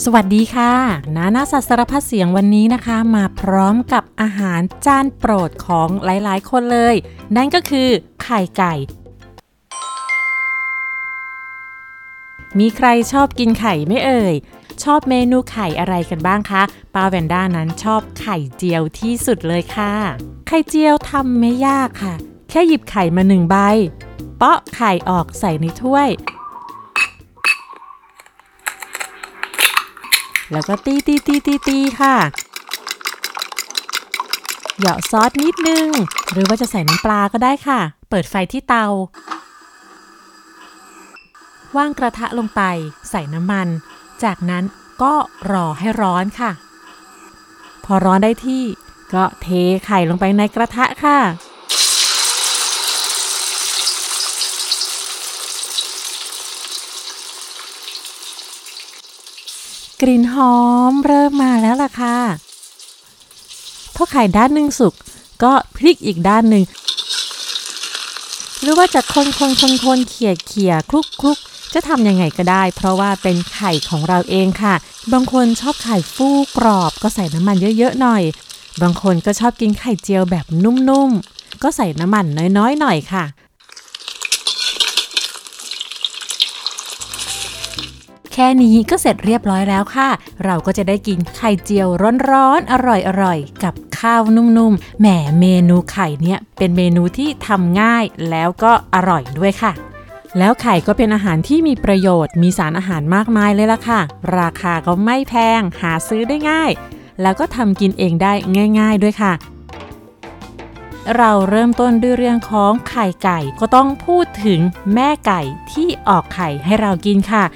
สวัสดีค่ะนาสัตว์สารพัดเสียงวันนี้นะคะมาพร้อมกับอาหารจานโปรดของหลายๆคนเลยนั่นก็คือไข่ไก่มีใครชอบกินไข่ไหมเอ่ยชอบเมนูไข่อะไรกันบ้างคะป้าแวนด้านั้นชอบไข่เจียวที่สุดเลยค่ะไข่เจียวทำไม่ยากค่ะแค่หยิบไข่มา1ใบเปาะไข่ออกใส่ในถ้วยแล้วก็ตีค่ะเหยาะซอสนิดนึงหรือว่าจะใส่น้ำปลาก็ได้ค่ะเปิดไฟที่เตาวางกระทะลงไปใส่น้ำมันจากนั้นก็รอให้ร้อนค่ะพอร้อนได้ที่ก็เทไข่ลงไปในกระทะค่ะกลิ่นหอมเริ่มมาแล้วล่ะค่ะพอไข่ด้านหนึ่งสุกก็พลิกอีกด้านหนึ่งหรือว่าจะคนเขี่ยคลุกจะทำยังไงก็ได้เพราะว่าเป็นไข่ของเราเองค่ะบางคนชอบไข่ฟูกรอบก็ใส่น้ำมันเยอะๆหน่อยบางคนก็ชอบกินไข่เจียวแบบนุ่มๆก็ใส่น้ำมันน้อยๆหน่อยค่ะแค่นี้ก็เสร็จเรียบร้อยแล้วค่ะเราก็จะได้กินไข่เจียวร้อนๆอร่อยๆกับข้าวนุ่มๆแหมเมนูไข่เนี่ยเป็นเมนูที่ทำง่ายแล้วก็อร่อยด้วยค่ะแล้วไข่ก็เป็นอาหารที่มีประโยชน์มีสารอาหารมากมายเลยล่ะค่ะราคาก็ไม่แพงหาซื้อได้ง่ายแล้วก็ทำกินเองได้ง่ายๆด้วยค่ะเราเริ่มต้นด้วยเรื่องของไข่ไก่ก็ต้องพูดถึงแม่ไก่ที่ออกไข่ให้เรากินค่ะ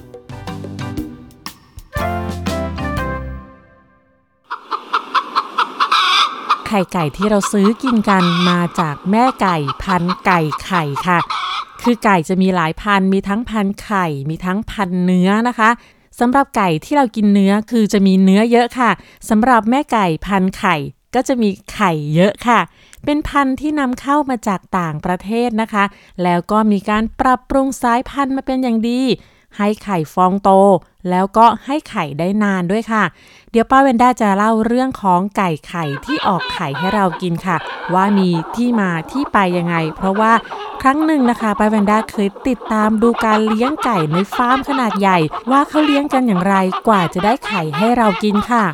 ไข่ไก่ที่เราซื้อกินกันมาจากแม่ไก่พันธุ์ไก่ไข่ค่ะคือไก่จะมีหลายพันธุ์มีทั้งพันธุ์ไข่มีทั้งพันธุ์เนื้อนะคะสำหรับไก่ที่เรากินเนื้อคือจะมีเนื้อเยอะค่ะสำหรับแม่ไก่พันธุ์ไข่ก็จะมีไข่เยอะค่ะเป็นพันธุ์ที่นำเข้ามาจากต่างประเทศนะคะแล้วก็มีการปรับปรุงสายพันธุ์มาเป็นอย่างดีให้ไข่ฟองโตแล้วก็ให้ไข่ได้นานด้วยค่ะเดี๋ยวป้าเวนด้าจะเล่าเรื่องของไก่ไข่ที่ออกไข่ให้เรากินค่ะว่ามีที่มาที่ไปยังไงเพราะว่าครั้งหนึ่งนะคะป้าเวนด้าเคยติดตามดูการเลี้ยงไก่ในฟาร์มขนาดใหญ่ว่าเขาเลี้ยงกันอย่างไรกว่าจะได้ไข่ให้เรากินค่ะ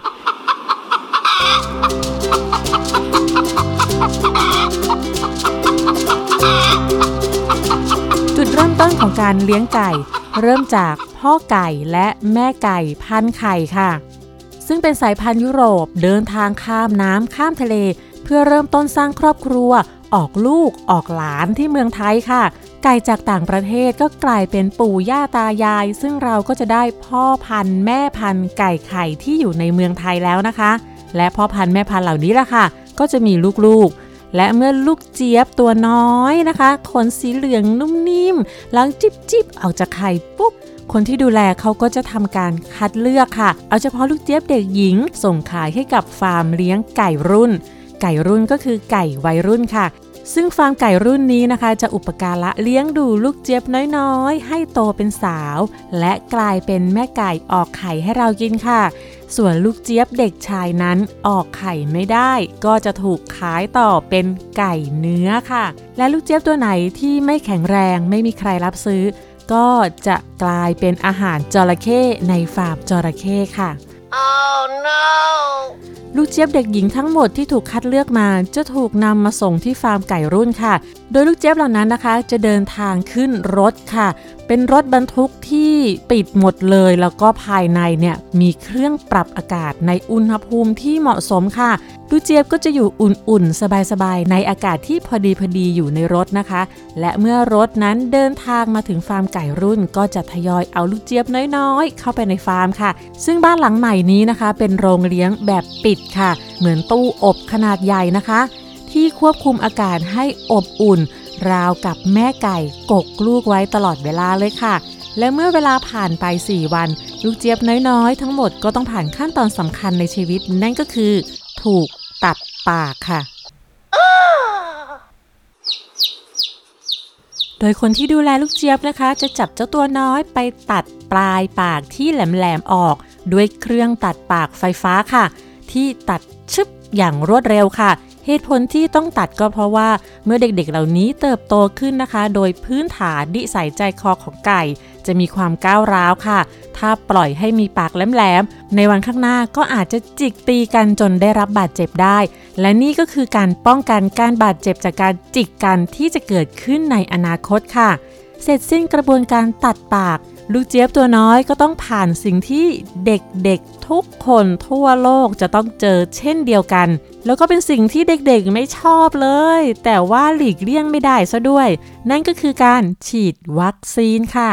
จุดเริ่มต้นของการเลี้ยงไก่เริ่มจากพ่อไก่และแม่ไก่พันไข่ค่ะซึ่งเป็นสายพันธุ์ยุโรปเดินทางข้ามน้ำข้ามทะเลเพื่อเริ่มต้นสร้างครอบครัวออกลูกออกหลานที่เมืองไทยค่ะไก่จากต่างประเทศก็กลายเป็นปู่ย่าตายายซึ่งเราก็จะได้พ่อพันธุ์แม่พันธุ์ไก่ไข่ที่อยู่ในเมืองไทยแล้วนะคะและพ่อพันธุ์แม่พันธุ์เหล่านี้ล่ะค่ะก็จะมีลูกๆและเมื่อลูกเจี๊ยบตัวน้อยนะคะขนสีเหลืองนุ่มนิ่มหลังจิบออกจากไข่ปุ๊บคนที่ดูแลเขาก็จะทำการคัดเลือกค่ะเอาเฉพาะลูกเจี๊ยบเด็กหญิงส่งขายให้กับฟาร์มเลี้ยงไก่รุ่นก็คือไก่วัยรุ่นค่ะซึ่งฟาร์มไก่รุ่นนี้นะคะจะอุปการะเลี้ยงดูลูกเจี๊ยบน้อยๆให้โตเป็นสาวและกลายเป็นแม่ไก่ออกไข่ให้เรากินค่ะส่วนลูกเจี๊ยบเด็กชายนั้นออกไข่ไม่ได้ก็จะถูกขายต่อเป็นไก่เนื้อค่ะและลูกเจี๊ยบตัวไหนที่ไม่แข็งแรงไม่มีใครรับซื้อก็จะกลายเป็นอาหารจระเข้ในฟาร์มจระเข้ค่ะ Oh no ลูกเจี๊ยบเด็กหญิงทั้งหมดที่ถูกคัดเลือกมาจะถูกนำมาส่งที่ฟาร์มไก่รุ่นค่ะโดยลูกเจี๊ยบเหล่านั้นนะคะจะเดินทางขึ้นรถค่ะเป็นรถบรรทุกที่ปิดหมดเลยแล้วก็ภายในเนี่ยมีเครื่องปรับอากาศในอุณหภูมิที่เหมาะสมค่ะลูกเจี๊ยบก็จะอยู่อุ่นๆสบายๆในอากาศที่พอดีอยู่ในรถนะคะและเมื่อรถนั้นเดินทางมาถึงฟาร์มไก่รุ่นก็จะทยอยเอาลูกเจี๊ยบน้อยๆเข้าไปในฟาร์มค่ะซึ่งบ้านหลังใหม่นี้นะคะเป็นโรงเลี้ยงแบบปิดค่ะเหมือนตู้อบขนาดใหญ่นะคะที่ควบคุมอากาศให้อบอุ่นราวกับแม่ไก่กกลูกไว้ตลอดเวลาเลยค่ะและเมื่อเวลาผ่านไป4วันลูกเจี๊ยบน้อยๆทั้งหมดก็ต้องผ่านขั้นตอนสำคัญในชีวิตนั่นก็คือถูกตัดปากค่ะ โดยคนที่ดูแลลูกเจี๊ยบนะคะจะจับเจ้าตัวน้อยไปตัดปลายปากที่แหลมๆออกด้วยเครื่องตัดปากไฟฟ้าค่ะที่ตัดชึบอย่างรวดเร็วค่ะเหตุผลที่ต้องตัดก็เพราะว่าเมื่อเด็กๆเหล่านี้เติบโตขึ้นนะคะโดยพื้นฐานนิสัยใจคอของไก่จะมีความก้าวร้าวค่ะถ้าปล่อยให้มีปากแหลมๆในวันข้างหน้าก็อาจจะจิกตีกันจนได้รับบาดเจ็บได้และนี่ก็คือการป้องกันการบาดเจ็บจากการจิกกันที่จะเกิดขึ้นในอนาคตค่ะเสร็จสิ้นกระบวนการตัดปากลูกเจี๊ยบตัวน้อยก็ต้องผ่านสิ่งที่เด็กๆทุกคนทั่วโลกจะต้องเจอเช่นเดียวกันแล้วก็เป็นสิ่งที่เด็กๆไม่ชอบเลยแต่ว่าหลีกเลี่ยงไม่ได้ซะด้วยนั่นก็คือการฉีดวัคซีนค่ะ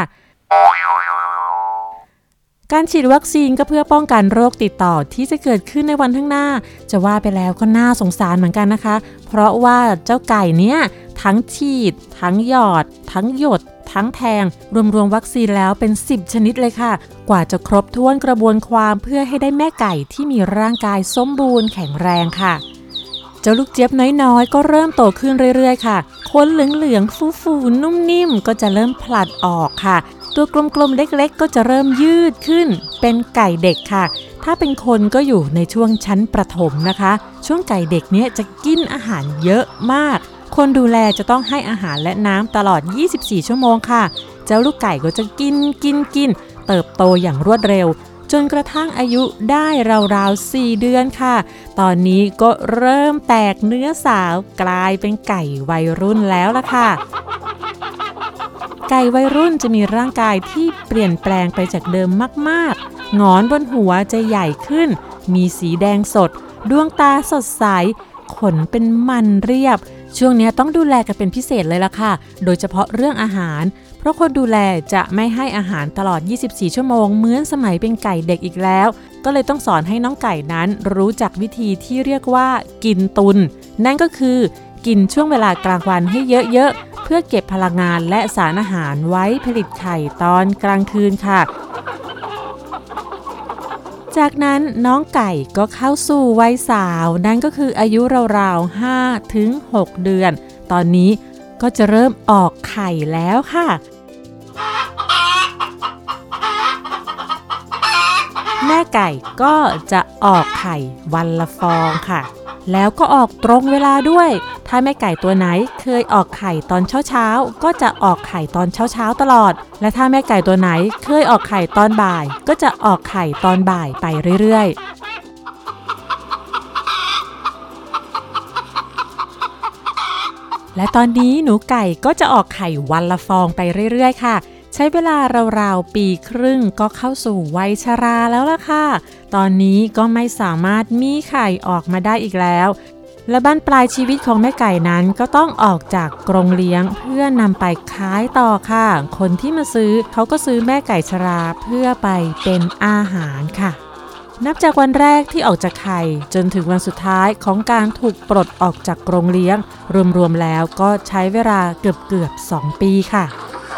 การฉีดวัคซีนก็เพื่อป้องกันโรคติดต่อที่จะเกิดขึ้นในวันข้างหน้าจะว่าไปแล้วก็น่าสงสารเหมือนกันนะคะเพราะว่าเจ้าไก่เนี้ยทั้งฉีดทั้งหยอดทั้งหยดทั้งแทงรวมวัคซีนแล้วเป็น10ชนิดเลยค่ะกว่าจะครบถ้วนกระบวนความเพื่อให้ได้แม่ไก่ที่มีร่างกายสมบูรณ์แข็งแรงค่ะเจ้าลูกเจี๊ยบน้อยๆก็เริ่มโตขึ้นเรื่อยๆค่ะขนเหลืองๆฟูๆนุ่มนิ่มก็จะเริ่มผลัดออกค่ะตัวกลมๆเล็กๆก็จะเริ่มยืดขึ้นเป็นไก่เด็กค่ะถ้าเป็นคนก็อยู่ในช่วงชั้นประถมนะคะช่วงไก่เด็กเนี้ยจะกินอาหารเยอะมากคนดูแลจะต้องให้อาหารและน้ำตลอด24ชั่วโมงค่ะเจ้าลูกไก่ก็จะกินเติบโตอย่างรวดเร็วจนกระทั่งอายุได้ราวๆ4เดือนค่ะตอนนี้ก็เริ่มแตกเนื้อสาวกลายเป็นไก่วัยรุ่นแล้วล่ะค่ะไก่วัยรุ่นจะมีร่างกายที่เปลี่ยนแปลงไปจากเดิมมากๆหงอนบนหัวจะใหญ่ขึ้นมีสีแดงสดดวงตาสดใสขนเป็นมันเรียบช่วงนี้ต้องดูแลกันเป็นพิเศษเลยล่ะค่ะโดยเฉพาะเรื่องอาหารเพราะคนดูแลจะไม่ให้อาหารตลอด24ชั่วโมงเหมือนสมัยเป็นไก่เด็กอีกแล้วก็เลยต้องสอนให้น้องไก่นั้นรู้จักวิธีที่เรียกว่ากินตุนนั่นก็คือกินช่วงเวลากลางวันให้เยอะๆเพื่อเก็บพลังงานและสารอาหารไว้ผลิตไข่ตอนกลางคืนค่ะจากนั้นน้องไก่ก็เข้าสู่วัยสาวนั่นก็คืออายุราวๆ5 ถึง 6 เดือนตอนนี้ก็จะเริ่มออกไข่แล้วค่ะแม่ไก่ก็จะออกไข่วันละฟองค่ะแล้วก็ออกตรงเวลาด้วยถ้าแม่ไก่ตัวไหนเคยออกไข่ตอนเช้าก็จะออกไข่ตอนเช้าตลอดและถ้าแม่ไก่ตัวไหนเคยออกไข่ตอนบ่ายก็จะออกไข่ตอนบ่ายไปเรื่อยๆและตอนนี้หนูไก่ก็จะออกไข่วันละฟองไปเรื่อยๆค่ะใช้เวลาราวๆปีครึ่งก็เข้าสู่วัยชราแล้วล่ะค่ะตอนนี้ก็ไม่สามารถมีไข่ออกมาได้อีกแล้วและบั้นปลายชีวิตของแม่ไก่นั้นก็ต้องออกจากกรงเลี้ยงเพื่อนำไปขายต่อค่ะคนที่มาซื้อเขาก็ซื้อแม่ไก่ชราเพื่อไปเป็นอาหารค่ะนับจากวันแรกที่ออกจากไข่จนถึงวันสุดท้ายของการถูกปลดออกจากกรงเลี้ยงรวมๆแล้วก็ใช้เวลาเกือบ2 ปีค่ะ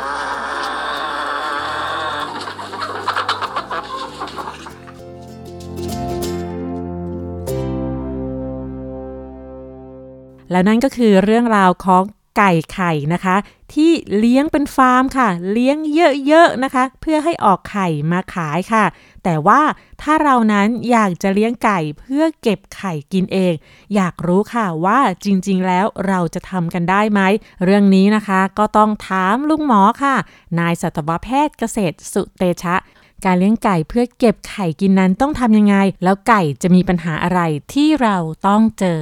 แล้วนั่นก็คือเรื่องราวของไก่ไข่นะคะที่เลี้ยงเป็นฟาร์มค่ะเลี้ยงเยอะๆนะคะเพื่อให้ออกไข่มาขายค่ะแต่ว่าถ้าเรานั้นอยากจะเลี้ยงไก่เพื่อเก็บไข่กินเองอยากรู้ค่ะว่าจริงๆแล้วเราจะทำกันได้ไหมเรื่องนี้นะคะก็ต้องถามลุงหมอค่ะนายสัตวแพทย์เกษตรสุเตชะการเลี้ยงไก่เพื่อเก็บไข่กินนั้นต้องทำยังไงแล้วไก่จะมีปัญหาอะไรที่เราต้องเจอ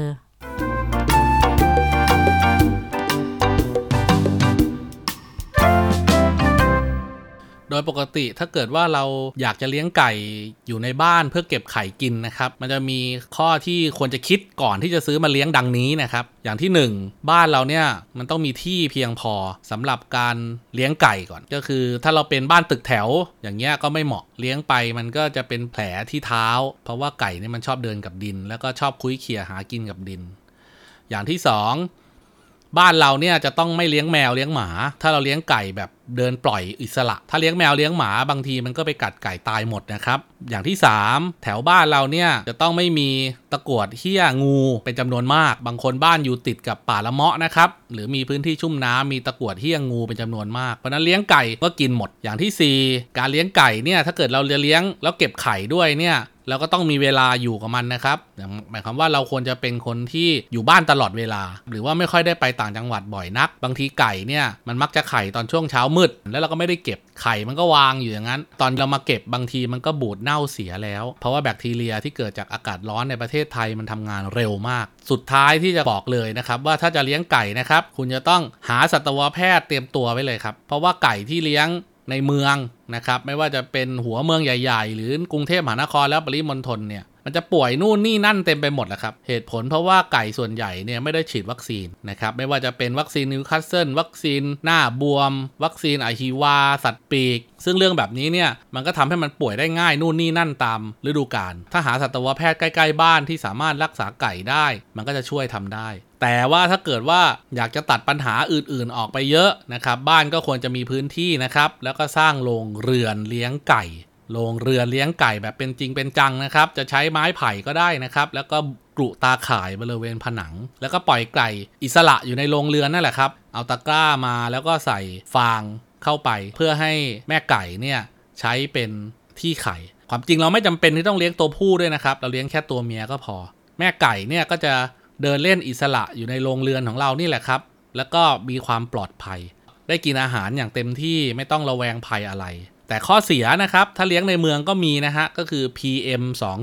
โดยปกติถ้าเกิดว่าเราอยากจะเลี้ยงไก่อยู่ในบ้านเพื่อเก็บไข่กินนะครับมันจะมีข้อที่ควรจะคิดก่อนที่จะซื้อมาเลี้ยงดังนี้นะครับอย่างที่1บ้านเราเนี่ยมันต้องมีที่เพียงพอสำหรับการเลี้ยงไก่ก่อนก็คือถ้าเราเป็นบ้านตึกแถวอย่างเงี้ยก็ไม่เหมาะเลี้ยงไปมันก็จะเป็นแผลที่เท้าเพราะว่าไก่เนี่ยมันชอบเดินกับดินแล้วก็ชอบคุ้ยเขี่ยหากินกับดินอย่างที่2 บ้านเราเนี่ยจะต้องไม่เลี้ยงแมวเลี้ยงหมาถ้าเราเลี้ยงไก่แบบเดินปล่อยอิสระถ้าเลี้ยงแมวเลี้ยงหมาบางทีมันก็ไปกัดไก่ตายหมดนะครับอย่างที่3แถวบ้านเราเนี่ยจะต้องไม่มีตะกรวดเหี้ยงูเป็นจำนวนมากบางคนบ้านอยู่ติดกับป่าละเมาะนะครับหรือมีพื้นที่ชุ่มน้ำมีตะกรวดเหี้ยงูเป็นจำนวนมากเพราะนั้นเลี้ยงไก่ก็กินหมดอย่างที่4การเลี้ยงไก่เนี่ยถ้าเกิดเราเลี้ยงแล้วเก็บไข่ด้วยเนี่ยเราก็ต้องมีเวลาอยู่กับมันนะครับหมายความว่าเราควรจะเป็นคนที่อยู่บ้านตลอดเวลาหรือว่าไม่ค่อยได้ไปต่างจังหวัดบ่อยนักบางทีไก่เนี่ยมันมักจะไข่ตอนช่วงเช้ามืดแล้วเราก็ไม่ได้เก็บไข่มันก็วางอยู่อย่างนั้นตอนเรามาเก็บบางทีมันก็บูดเน่าเสียแล้วเพราะว่าแบคทีเรียที่เกิดจากอากาศร้อนในประเทศไทยมันทำงานเร็วมากสุดท้ายที่จะบอกเลยนะครับว่าถ้าจะเลี้ยงไก่นะครับคุณจะต้องหาสัตวแพทย์เตรียมตัวไว้เลยครับเพราะว่าไก่ที่เลี้ยงในเมืองนะครับไม่ว่าจะเป็นหัวเมืองใหญ่ๆหรือกรุงเทพมหานครแล้วปริมณฑลเนี่ยมันจะป่วยนู่นนี่นั่นเต็มไปหมดแหละครับเหตุผลเพราะว่าไก่ส่วนใหญ่เนี่ยไม่ได้ฉีดวัคซีนนะครับไม่ว่าจะเป็นวัคซีนนิวคาสเซิลวัคซีนหน้าบวมวัคซีนอะฮิวาสัตว์ปีกซึ่งเรื่องแบบนี้เนี่ยมันก็ทำให้มันป่วยได้ง่ายนู่นนี่นั่นตามฤดูกาลถ้าหาสัตวแพทย์ใกล้ๆบ้านที่สามารถรักษาไก่ได้มันก็จะช่วยทำได้แต่ว่าถ้าเกิดว่าอยากจะตัดปัญหาอื่นๆออกไปเยอะนะครับบ้านก็ควรจะมีพื้นที่นะครับแล้วก็สร้างโรงเรือนเลี้ยงไก่โรงเรือนเลี้ยงไก่แบบเป็นจริงเป็นจังนะครับจะใช้ไม้ไผ่ก็ได้นะครับแล้วก็กรุตาข่ายบริเวณผนังแล้วก็ปล่อยไก่อิสระอยู่ในโรงเรือนนั่นแหละครับเอาตะกร้ามาแล้วก็ใส่ฟางเข้าไปเพื่อให้แม่ไก่เนี่ยใช้เป็นที่ไข่ความจริงเราไม่จำเป็นที่ต้องเลี้ยงตัวผู้ด้วยนะครับเราเลี้ยงแค่ตัวเมียก็พอแม่ไก่เนี่ยก็จะเดินเล่นอิสระอยู่ในโรงเรือนของเรานี่แหละครับแล้วก็มีความปลอดภัยได้กินอาหารอย่างเต็มที่ไม่ต้องระแวงภัยอะไรแต่ข้อเสียนะครับถ้าเลี้ยงในเมืองก็มีนะฮะก็คือ PM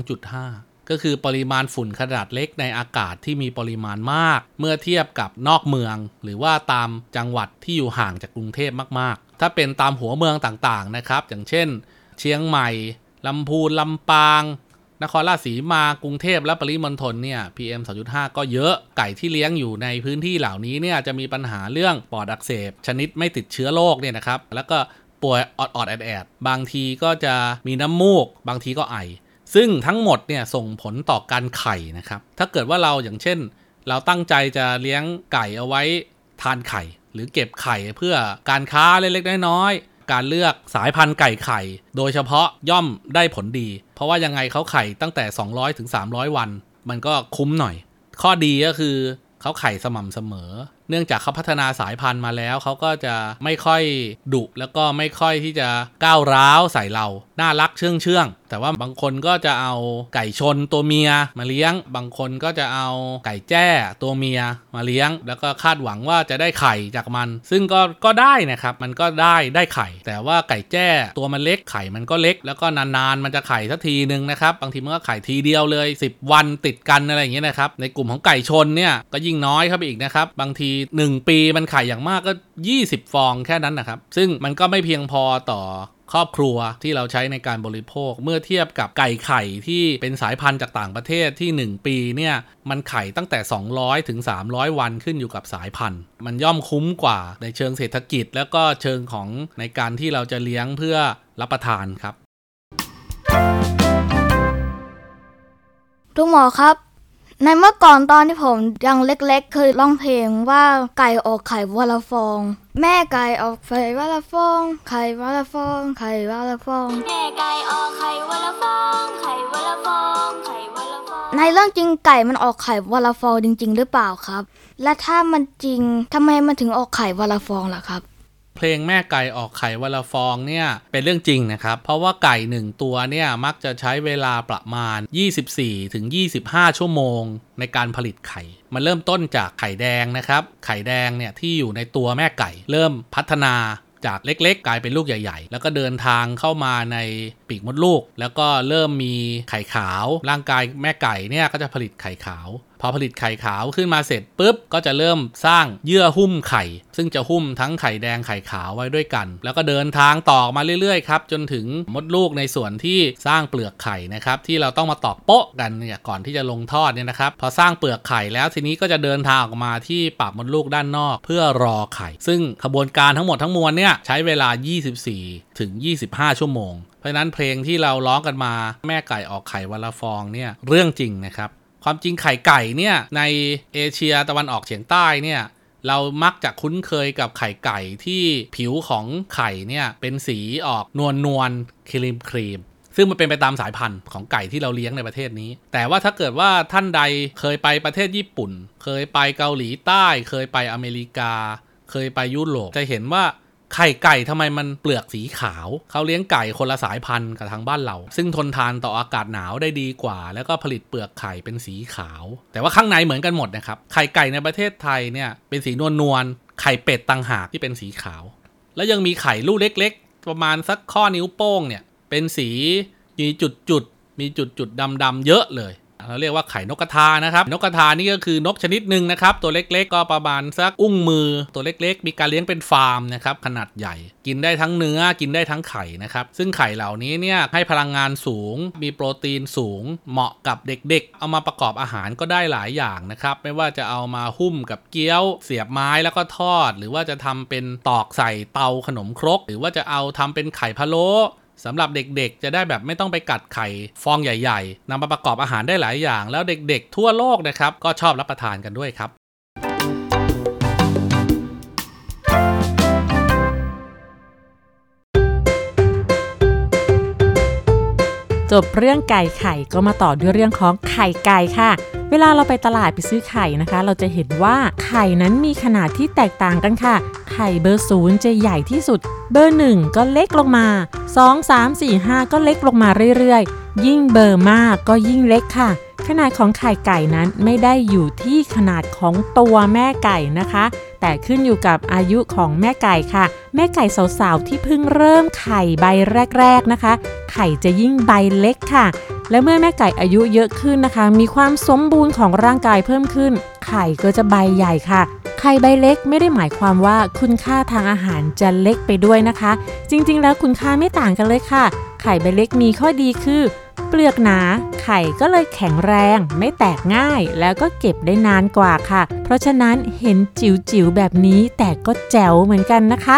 2.5 ก็คือปริมาณฝุ่นขนาดเล็กในอากาศที่มีปริมาณมากเมื่อเทียบกับนอกเมืองหรือว่าตามจังหวัดที่อยู่ห่างจากกรุงเทพมากๆถ้าเป็นตามหัวเมืองต่างๆนะครับอย่างเช่นเชียงใหม่ลำพูนลำปางนครราชสีมากรุงเทพและปริมณฑลเนี่ย PM 2.5 ก็เยอะไก่ที่เลี้ยงอยู่ในพื้นที่เหล่านี้เนี่ยจะมีปัญหาเรื่องปอดอักเสบชนิดไม่ติดเชื้อโรคเนี่ยนะครับแล้วก็ป่วยออดแอดบางทีก็จะมีน้ำมูกบางทีก็ไอซึ่งทั้งหมดเนี่ยส่งผลต่อการไข่นะครับถ้าเกิดว่าเราอย่างเช่นเราตั้งใจจะเลี้ยงไก่เอาไว้ทานไข่หรือเก็บไข่เพื่อการค้าเล็กๆน้อยๆการเลือกสายพันธุ์ไก่ไข่โดยเฉพาะย่อมได้ผลดีเพราะว่ายังไงเขาไข่ตั้งแต่200ถึง300วันมันก็คุ้มหน่อยข้อดีก็คือเขาไข่สม่ำเสมอเนื่องจากเขาพัฒนาสายพันธุ์มาแล้วเขาก็จะไม่ค่อยดุแล้วก็ไม่ค่อยที่จะก้าวร้าวใส่เราน่ารักเชื่องแต่ว่าบางคนก็จะเอาไก่ชนตัวเมียมาเลี้ยงบางคนก็จะเอาไก่แจ้ตัวเมียมาเลี้ยงแล้วก็คาดหวังว่าจะได้ไข่จากมันซึ่งก็ได้นะครับมันก็ได้ไข่แต่ว่าไก่แจ้ตัวมันเล็กไข่มันก็เล็กแล้วก็นานๆมันจะไข่สักทีนึงนะครับบางทีมันก็ไข่ทีเดียวเลย10วันติดกันอะไรอย่างเงี้ยนะครับในกลุ่มของไก่ชนเนี่ยก็ยิ่งน้อยครับอีกนะครับบางที1 ปีมันไข่อย่างมากก็20ฟองแค่นั้นนะครับซึ่งมันก็ไม่เพียงพอต่อครอบครัวที่เราใช้ในการบริโภคเมื่อเทียบกับไก่ไข่ที่เป็นสายพันธุ์จากต่างประเทศที่1 ปีเนี่ยมันไข่ตั้งแต่200ถึง300วันขึ้นอยู่กับสายพันธุ์มันย่อมคุ้มกว่าในเชิงเศรษฐกิจแล้วก็เชิงของในการที่เราจะเลี้ยงเพื่อรับประทานครับลุงหมอครับในเมื่อก่อนตอนที่ผมยังเล็กๆเคยร้องเพลงว่าไก่ออกไข่วันละฟองแม่ไก่ออกไข่วันละฟองไข่วันละฟองไข่วันละฟองแม่ไก่ออกไข่วันละฟองไข่วันละฟองไข่วันละฟองในเรื่องจริงไก่มันออกไข่วันละฟองจริงๆหรือเปล่าครับและถ้ามันจริงทำไมมันถึงออกไข่วันละฟองล่ะครับเพลงแม่ไก่ออกไข่วันละฟองเนี่ยเป็นเรื่องจริงนะครับเพราะว่าไก่1ตัวเนี่ยมักจะใช้เวลาประมาณ24ถึง25ชั่วโมงในการผลิตไข่มันเริ่มต้นจากไข่แดงนะครับไข่แดงเนี่ยที่อยู่ในตัวแม่ไก่เริ่มพัฒนาจากเล็กๆกลายเป็นลูกใหญ่ๆแล้วก็เดินทางเข้ามาในปีกมดลูกแล้วก็เริ่มมีไข่ขาวร่างกายแม่ไก่เนี่ยก็จะผลิตไข่ขาวพอผลิตไข่ขาวขึ้นมาเสร็จปุ๊บก็จะเริ่มสร้างเยื่อหุ้มไข่ซึ่งจะหุ้มทั้งไข่แดงไข่ขาวไว้ด้วยกันแล้วก็เดินทางต่อมาเรื่อยๆครับจนถึงมดลูกในส่วนที่สร้างเปลือกไข่นะครับที่เราต้องมาตอกโป๊ะกันเนี่ยก่อนที่จะลงทอดเนี่ยนะครับพอสร้างเปลือกไข่แล้วทีนี้ก็จะเดินทางออกมาที่ปากมดลูกด้านนอกเพื่อรอไข่ซึ่งขบวนการทั้งหมดทั้งมวลเนี่ยใช้เวลา24ถึง25ชั่วโมงเพราะฉะนั้นเพลงที่เราร้องกันมาแม่ไก่ออกไข่วันละฟองเนี่ยเรื่องจริงนะครับความจริงไข่ไก่เนี่ยในเอเชียตะวันออกเฉียงใต้เนี่ยเรามักจะคุ้นเคยกับไข่ไก่ที่ผิวของไข่เนี่ยเป็นสีออกนวลครีมซึ่งมันเป็นไปตามสายพันธุ์ของไก่ที่เราเลี้ยงในประเทศนี้แต่ว่าถ้าเกิดว่าท่านใดเคยไปประเทศญี่ปุ่นเคยไปเกาหลีใต้เคยไปอเมริกาเคยไปยุโรปจะเห็นว่าไข่ไก่ทำไมมันเปลือกสีขาวเขาเลี้ยงไก่คนละสายพันธุ์กับทางบ้านเราซึ่งทนทานต่ออากาศหนาวได้ดีกว่าแล้วก็ผลิตเปลือกไข่เป็นสีขาวแต่ว่าข้างในเหมือนกันหมดนะครับไข่ไก่ในประเทศไทยเนี่ยเป็นสีนวลไข่เป็ดต่างหากที่เป็นสีขาวแล้วยังมีไข่ลูกเล็กๆประมาณสักข้อนิ้วโป้งเนี่ยเป็นสีมีจุดดำๆเยอะเลยเราเรียกว่าไข่นกกระทานะครับนกกระทานี่ก็คือนกชนิดหนึ่งนะครับตัวเล็กๆก็ประมาณสักอุ้งมือตัวเล็กๆมีการเลี้ยงเป็นฟาร์มนะครับขนาดใหญ่กินได้ทั้งเนื้อกินได้ทั้งไข่นะครับซึ่งไข่เหล่านี้เนี่ยให้พลังงานสูงมีโปรตีนสูงเหมาะกับเด็กๆเอามาประกอบอาหารก็ได้หลายอย่างนะครับไม่ว่าจะเอามาหุ้มกับเกี๊ยวเสียบไม้แล้วก็ทอดหรือว่าจะทำเป็นตอกใส่เตาขนมครกหรือว่าจะเอาทำเป็นไข่พะโล้สำหรับเด็กๆจะได้แบบไม่ต้องไปกัดไข่ฟองใหญ่ๆนำมาประกอบอาหารได้หลายอย่างแล้วเด็กๆทั่วโลกนะครับก็ชอบรับประทานกันด้วยครับจบเรื่องไก่ไข่ก็มาต่อด้วยเรื่องของไข่ไก่ค่ะเวลาเราไปตลาดไปซื้อไข่นะคะเราจะเห็นว่าไข่นั้นมีขนาดที่แตกต่างกันค่ะไข่เบอร์0จะใหญ่ที่สุดเบอร์1ก็เล็กลงมา2 3 4 5ก็เล็กลงมาเรื่อยๆยิ่งเบอร์มากก็ยิ่งเล็กค่ะขนาดของไข่ไก่นั้นไม่ได้อยู่ที่ขนาดของตัวแม่ไก่นะคะแต่ขึ้นอยู่กับอายุของแม่ไก่ค่ะแม่ไก่สาวๆที่เพิ่งเริ่มไข่ใบแรกๆนะคะไข่จะยิ่งใบเล็กค่ะและเมื่อแม่ไก่อายุเยอะขึ้นนะคะมีความสมบูรณ์ของร่างกายเพิ่มขึ้นไข่ก็จะใบใหญ่ค่ะไข่ใบเล็กไม่ได้หมายความว่าคุณค่าทางอาหารจะเล็กไปด้วยนะคะจริงๆแล้วคุณค่าไม่ต่างกันเลยค่ะไข่ใบเล็กมีข้อดีคือเปลือกหนาไข่ก็เลยแข็งแรงไม่แตกง่ายแล้วก็เก็บได้นานกว่าค่ะเพราะฉะนั้นเห็นจิ๋วๆแบบนี้แต่ก็แจ๋วเหมือนกันนะคะ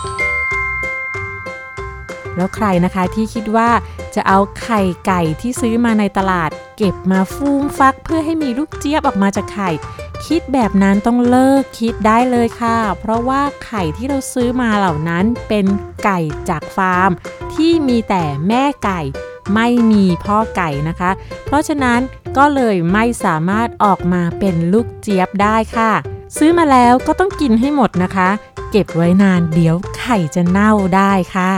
แล้วใครนะคะที่คิดว่าจะเอาไข่ไก่ที่ซื้อมาในตลาดเก็บมาฟูมฟักเพื่อให้มีลูกเจี๊ยบออกมาจากไข่คิดแบบนั้นต้องเลิกคิดได้เลยค่ะเพราะว่าไข่ที่เราซื้อมาเหล่านั้นเป็นไก่จากฟาร์มที่มีแต่แม่ไก่ไม่มีพ่อไก่นะคะเพราะฉะนั้นก็เลยไม่สามารถออกมาเป็นลูกเจี๊ยบได้ค่ะซื้อมาแล้วก็ต้องกินให้หมดนะคะเก็บไว้นานเดี๋ยวไข่จะเน่าได้ค่ะ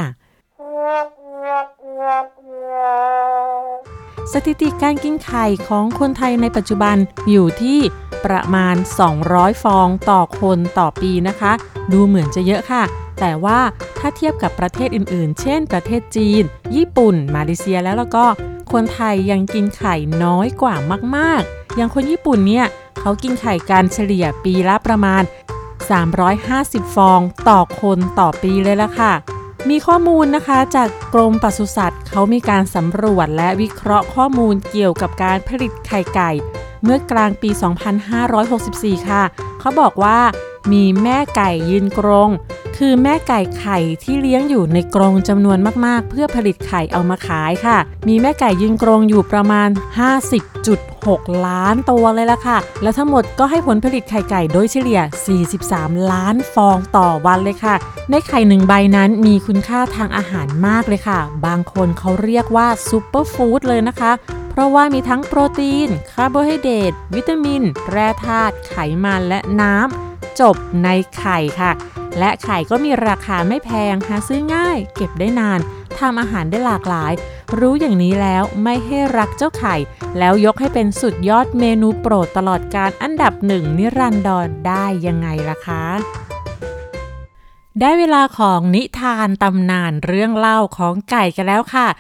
สถิติการกินไข่ของคนไทยในปัจจุบันอยู่ที่ประมาณ200ฟองต่อคนต่อปีนะคะดูเหมือนจะเยอะค่ะแต่ว่าถ้าเทียบกับประเทศอื่นๆเช่นประเทศจีนญี่ปุ่นมาเลเซียแล้วก็คนไทยยังกินไข่น้อยกว่ามากๆอย่างคนญี่ปุ่นเนี่ยเขากินไข่กันเฉลี่ยปีละประมาณ350ฟองต่อคนต่อปีเลยละค่ะมีข้อมูลนะคะจากกรมปศุสัตว์เขามีการสำรวจและวิเคราะห์ข้อมูลเกี่ยวกับการผลิตไข่ไก่เมื่อกลางปี2564ค่ะเขาบอกว่ามีแม่ไก่ยืนกรงคือแม่ไก่ไข่ที่เลี้ยงอยู่ในกรงจำนวนมากๆเพื่อผลิตไข่เอามาขายค่ะมีแม่ไก่ยืนกรงอยู่ประมาณ 50.6 ล้านตัวเลยล่ะค่ะและทั้งหมดก็ให้ผลผลิตไข่ไก่โดยเฉลี่ย43ล้านฟองต่อวันเลยค่ะในไข่1ใบนั้นมีคุณค่าทางอาหารมากเลยค่ะบางคนเขาเรียกว่าซุปเปอร์ฟู้ดเลยนะคะเพราะว่ามีทั้งโปรตีนคาร์โบไฮเดรตวิตามินแร่ธาตุไขมันและน้ำจบในไข่ค่ะและไข่ก็มีราคาไม่แพงหาซื้อง่ายเก็บได้นานทำอาหารได้หลากหลายรู้อย่างนี้แล้วไม่ให้รักเจ้าไข่แล้วยกให้เป็นสุดยอดเมนูโปรดตลอดกาลอันดับ1นิรันดรได้ยังไงล่ะคะได้เวลาของนิทานตำนานเรื่องเล่าของไก่กันแล้วค่ะ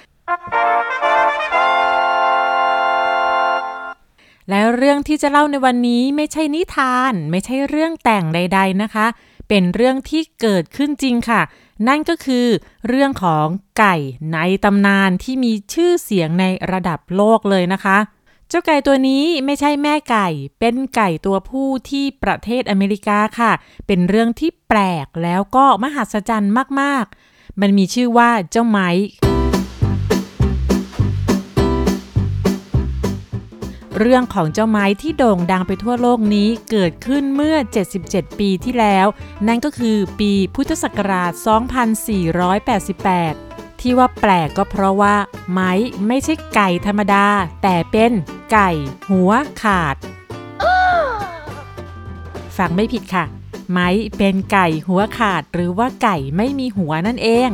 แล้วเรื่องที่จะเล่าในวันนี้ไม่ใช่นิทานไม่ใช่เรื่องแต่งใดๆนะคะเป็นเรื่องที่เกิดขึ้นจริงค่ะนั่นก็คือเรื่องของไก่ในตำนานที่มีชื่อเสียงในระดับโลกเลยนะคะเจ้าไก่ตัวนี้ไม่ใช่แม่ไก่เป็นไก่ตัวผู้ที่ประเทศอเมริกาค่ะเป็นเรื่องที่แปลกแล้วก็มหัศจรรย์มากๆมันมีชื่อว่าเจ้าไมค์เรื่องของเจ้าไม้ที่โด่งดังไปทั่วโลกนี้เกิดขึ้นเมื่อ77ปีที่แล้วนั่นก็คือปีพุทธศักราช 2488 ที่ว่าแปลกก็เพราะว่าไม้ไม่ใช่ไก่ธรรมดาแต่เป็นไก่หัวขาด ฟังไม่ผิดค่ะไม้เป็นไก่หัวขาดหรือว่าไก่ไม่มีหัวนั่นเอง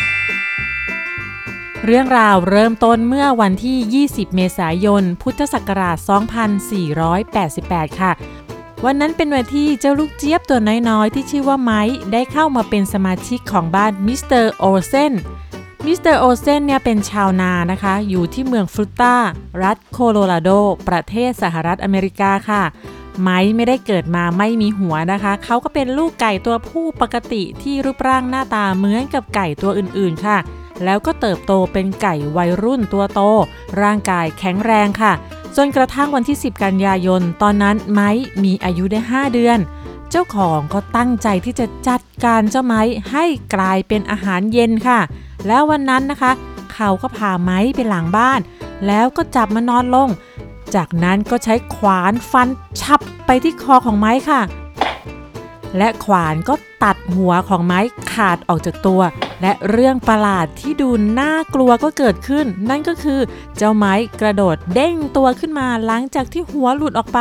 เรื่องราวเริ่มต้นเมื่อวันที่20เมษายนพุทธศักราช 2488 ค่ะวันนั้นเป็นวันที่เจ้าลูกเจี๊ยบตัวน้อยๆที่ชื่อว่าไม้ได้เข้ามาเป็นสมาชิกของบ้านมิสเตอร์โอเซนมิสเตอร์โอเซนเนี่ยเป็นชาวนานะคะอยู่ที่เมืองฟลูตารัฐโคโลราโดประเทศสหรัฐอเมริกาค่ะไม้ไม่ได้เกิดมาไม่มีหัวนะคะเขาก็เป็นลูกไก่ตัวผู้ปกติที่รูปร่างหน้าตาเหมือนกับไก่ตัวอื่นๆค่ะแล้วก็เติบโตเป็นไก่วัยรุ่นตัวโตร่างกายแข็งแรงค่ะจนกระทั่งวันที่10กันยายนตอนนั้นไม้มีอายุได้5เดือนเจ้าของก็ตั้งใจที่จะจัดการเจ้าไม้ให้กลายเป็นอาหารเย็นค่ะแล้ววันนั้นนะคะเขาก็พาไม้ไปหลังบ้านแล้วก็จับมานอนลงจากนั้นก็ใช้ขวานฟันฉับไปที่คอของไม้ค่ะและขวานก็ตัดหัวของไม้ขาดออกจากตัวและเรื่องประหลาดที่ดูน่ากลัวก็เกิดขึ้นนั่นก็คือเจ้าไม้กระโดดเด้งตัวขึ้นมาหลังจากที่หัวหลุดออกไป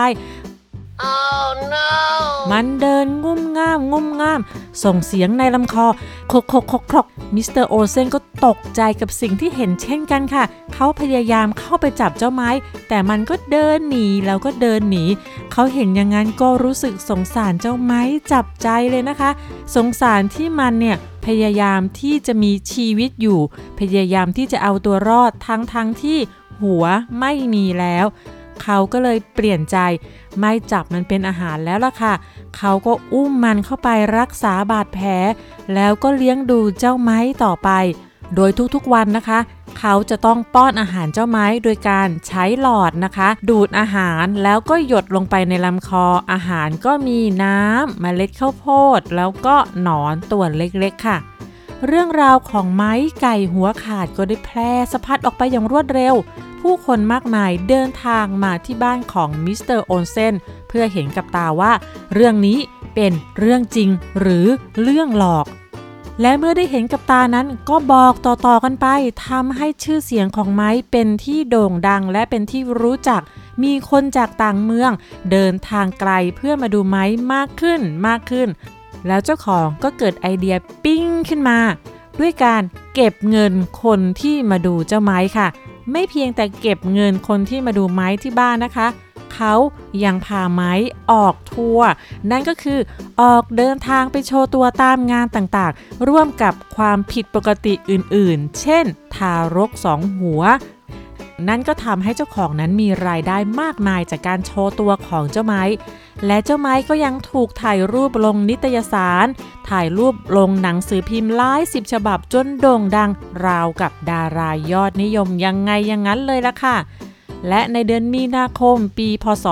Oh no มันเดินงุ่มง่ามส่งเสียงในลำคอคกมิสเตอร์โอเซนก็ตกใจกับสิ่งที่เห็นเช่นกันค่ะเขาพยายามเข้าไปจับเจ้าไม้แต่มันก็เดินหนีแล้วก็เดินหนีเขาเห็นอย่างนั้นก็รู้สึกสงสารเจ้าไม้จับใจเลยนะคะสงสารที่มันเนี่ยพยายามที่จะมีชีวิตอยู่พยายามที่จะเอาตัวรอดทั้งที่หัวไม่มีแล้วเขาก็เลยเปลี่ยนใจไม่จับมันเป็นอาหารแล้วล่ะค่ะเขาก็อุ้มมันเข้าไปรักษาบาดแผลแล้วก็เลี้ยงดูเจ้าไม้ต่อไปโดยทุกๆวันนะคะเขาจะต้องป้อนอาหารเจ้าไม้โดยการใช้หลอดนะคะดูดอาหารแล้วก็หยดลงไปในลำคออาหารก็มีน้ำเมล็ดข้าวโพดแล้วก็หนอนตัวเล็กๆค่ะเรื่องราวของไม้ไก่หัวขาดก็ได้แพร่สะพัดออกไปอย่างรวดเร็วผู้คนมากมายเดินทางมาที่บ้านของมิสเตอร์โอนเซนเพื่อเห็นกับตาว่าเรื่องนี้เป็นเรื่องจริงหรือเรื่องหลอกและเมื่อได้เห็นกับตานั้นก็บอกต่อๆกันไปทำให้ชื่อเสียงของไม้เป็นที่โด่งดังและเป็นที่รู้จักมีคนจากต่างเมืองเดินทางไกลเพื่อมาดูไม้มากขึ้นแล้วเจ้าของก็เกิดไอเดียปิ้งขึ้นมาด้วยการเก็บเงินคนที่มาดูเจ้าไม้ค่ะไม่เพียงแต่เก็บเงินคนที่มาดูไม้ที่บ้านนะคะเขายังพาไม้ออกทัวร์นั่นก็คือออกเดินทางไปโชว์ตัวตามงานต่างๆร่วมกับความผิดปกติอื่นๆเช่นทารก2หัวนั่นก็ทำให้เจ้าของนั้นมีรายได้มากมายจากการโชว์ตัวของเจ้าไม้และเจ้าไม้ก็ยังถูกถ่ายรูปลงนิตยสารถ่ายรูปลงหนังสือพิมพ์หลาย10ฉบับจนโด่งดังราวกับดารายอดนิยมยังไงอย่างนั้นเลยล่ะค่ะและในเดือนมีนาคมปีพ.ศ.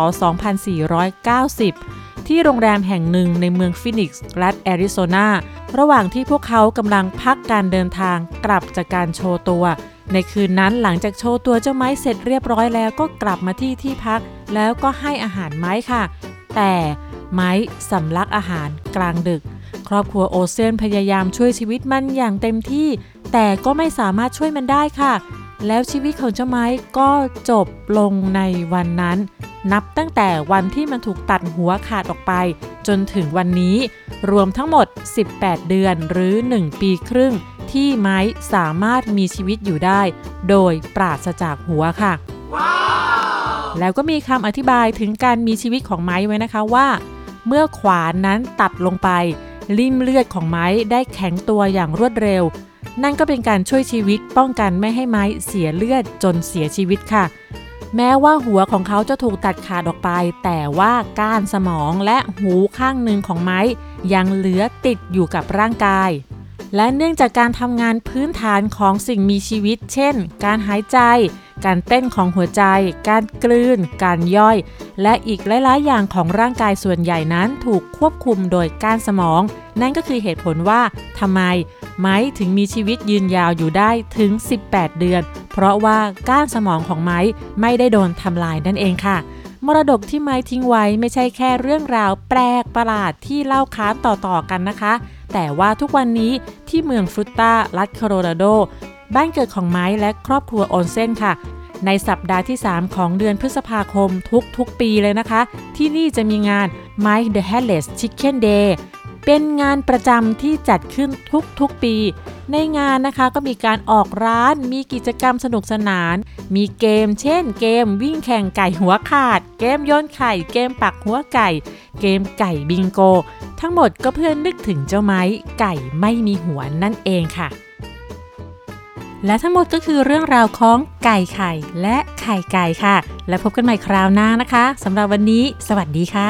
2490ที่โรงแรมแห่งหนึ่งในเมืองฟินิกซ์รัฐแอริโซนาระหว่างที่พวกเขากำลังพักการเดินทางกลับจากการโชว์ตัวในคืนนั้นหลังจากโชว์ตัวเจ้าไม้เสร็จเรียบร้อยแล้วก็กลับมาที่พักแล้วก็ให้อาหารไม้ค่ะแต่ไม้สำลักอาหารกลางดึกครอบครัวโอเซนพยายามช่วยชีวิตมันอย่างเต็มที่แต่ก็ไม่สามารถช่วยมันได้ค่ะแล้วชีวิตของเจ้าไม้ก็จบลงในวันนั้นนับตั้งแต่วันที่มันถูกตัดหัวขาดออกไปจนถึงวันนี้รวมทั้งหมด18เดือนหรือ1ปีครึ่งที่ไม้สามารถมีชีวิตอยู่ได้โดยปราศจากหัวค่ะ แล้วก็มีคำอธิบายถึงการมีชีวิตของไม้ไว้นะคะว่าเมื่อขวานนั้นตัดลงไปลิ่มเลือดของไม้ได้แข็งตัวอย่างรวดเร็วนั่นก็เป็นการช่วยชีวิตป้องกันไม่ให้ไม้เสียเลือดจนเสียชีวิตค่ะแม้ว่าหัวของเขาจะถูกตัดขาดออกไปแต่ว่าก้านสมองและหูข้างหนึ่งของไม้ยังเหลือติดอยู่กับร่างกายและเนื่องจากการทำงานพื้นฐานของสิ่งมีชีวิตเช่นการหายใจการเต้นของหัวใจการกลืนการย่อยและอีกหลายๆอย่างของร่างกายส่วนใหญ่นั้นถูกควบคุมโดยก้านสมองนั่นก็คือเหตุผลว่าทำไมไม้ถึงมีชีวิตยืนยาวอยู่ได้ถึง18เดือนเพราะว่าก้านสมองของไม้ไม่ได้โดนทำลายนั่นเองค่ะมรดกที่ไม้ทิ้งไว้ไม่ใช่แค่เรื่องราวแปลกประหลาดที่เล่าค้านต่อๆกันนะคะแต่ว่าทุกวันนี้ที่เมืองฟลูตารัฐโคโลราโดบ้านเกิดของไม้และครอบครัวโอนเซนค่ะในสัปดาห์ที่3ของเดือนพฤษภาคมทุกปีเลยนะคะที่นี่จะมีงาน Mike the Headless Chicken Day เป็นงานประจำที่จัดขึ้นทุกปีในงานนะคะก็มีการออกร้านมีกิจกรรมสนุกสนานมีเกมเช่นเกมวิ่งแข่งไก่หัวขาดเกมโยนไข่เกมปักหัวไก่เกมไก่บิงโกทั้งหมดก็เพื่อนึกถึงเจ้าไม้ไก่ไม่มีหัวนั่นเองค่ะและทั้งหมดก็คือเรื่องราวของไก่ไข่และไข่ไก่ค่ะและพบกันใหม่คราวหน้านะคะสำหรับวันนี้สวัสดีค่ะ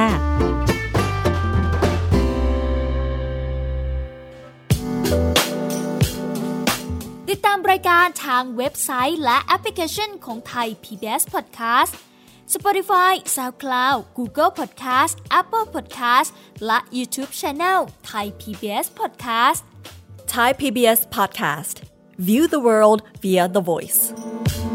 ติดตามรายการทางเว็บไซต์และแอปพลิเคชันของไทย PBS Podcast Spotify, SoundCloud, Google Podcast, Apple Podcast และ YouTube Channel Thai PBS Podcast Thai PBS Podcast. View the world via the voice.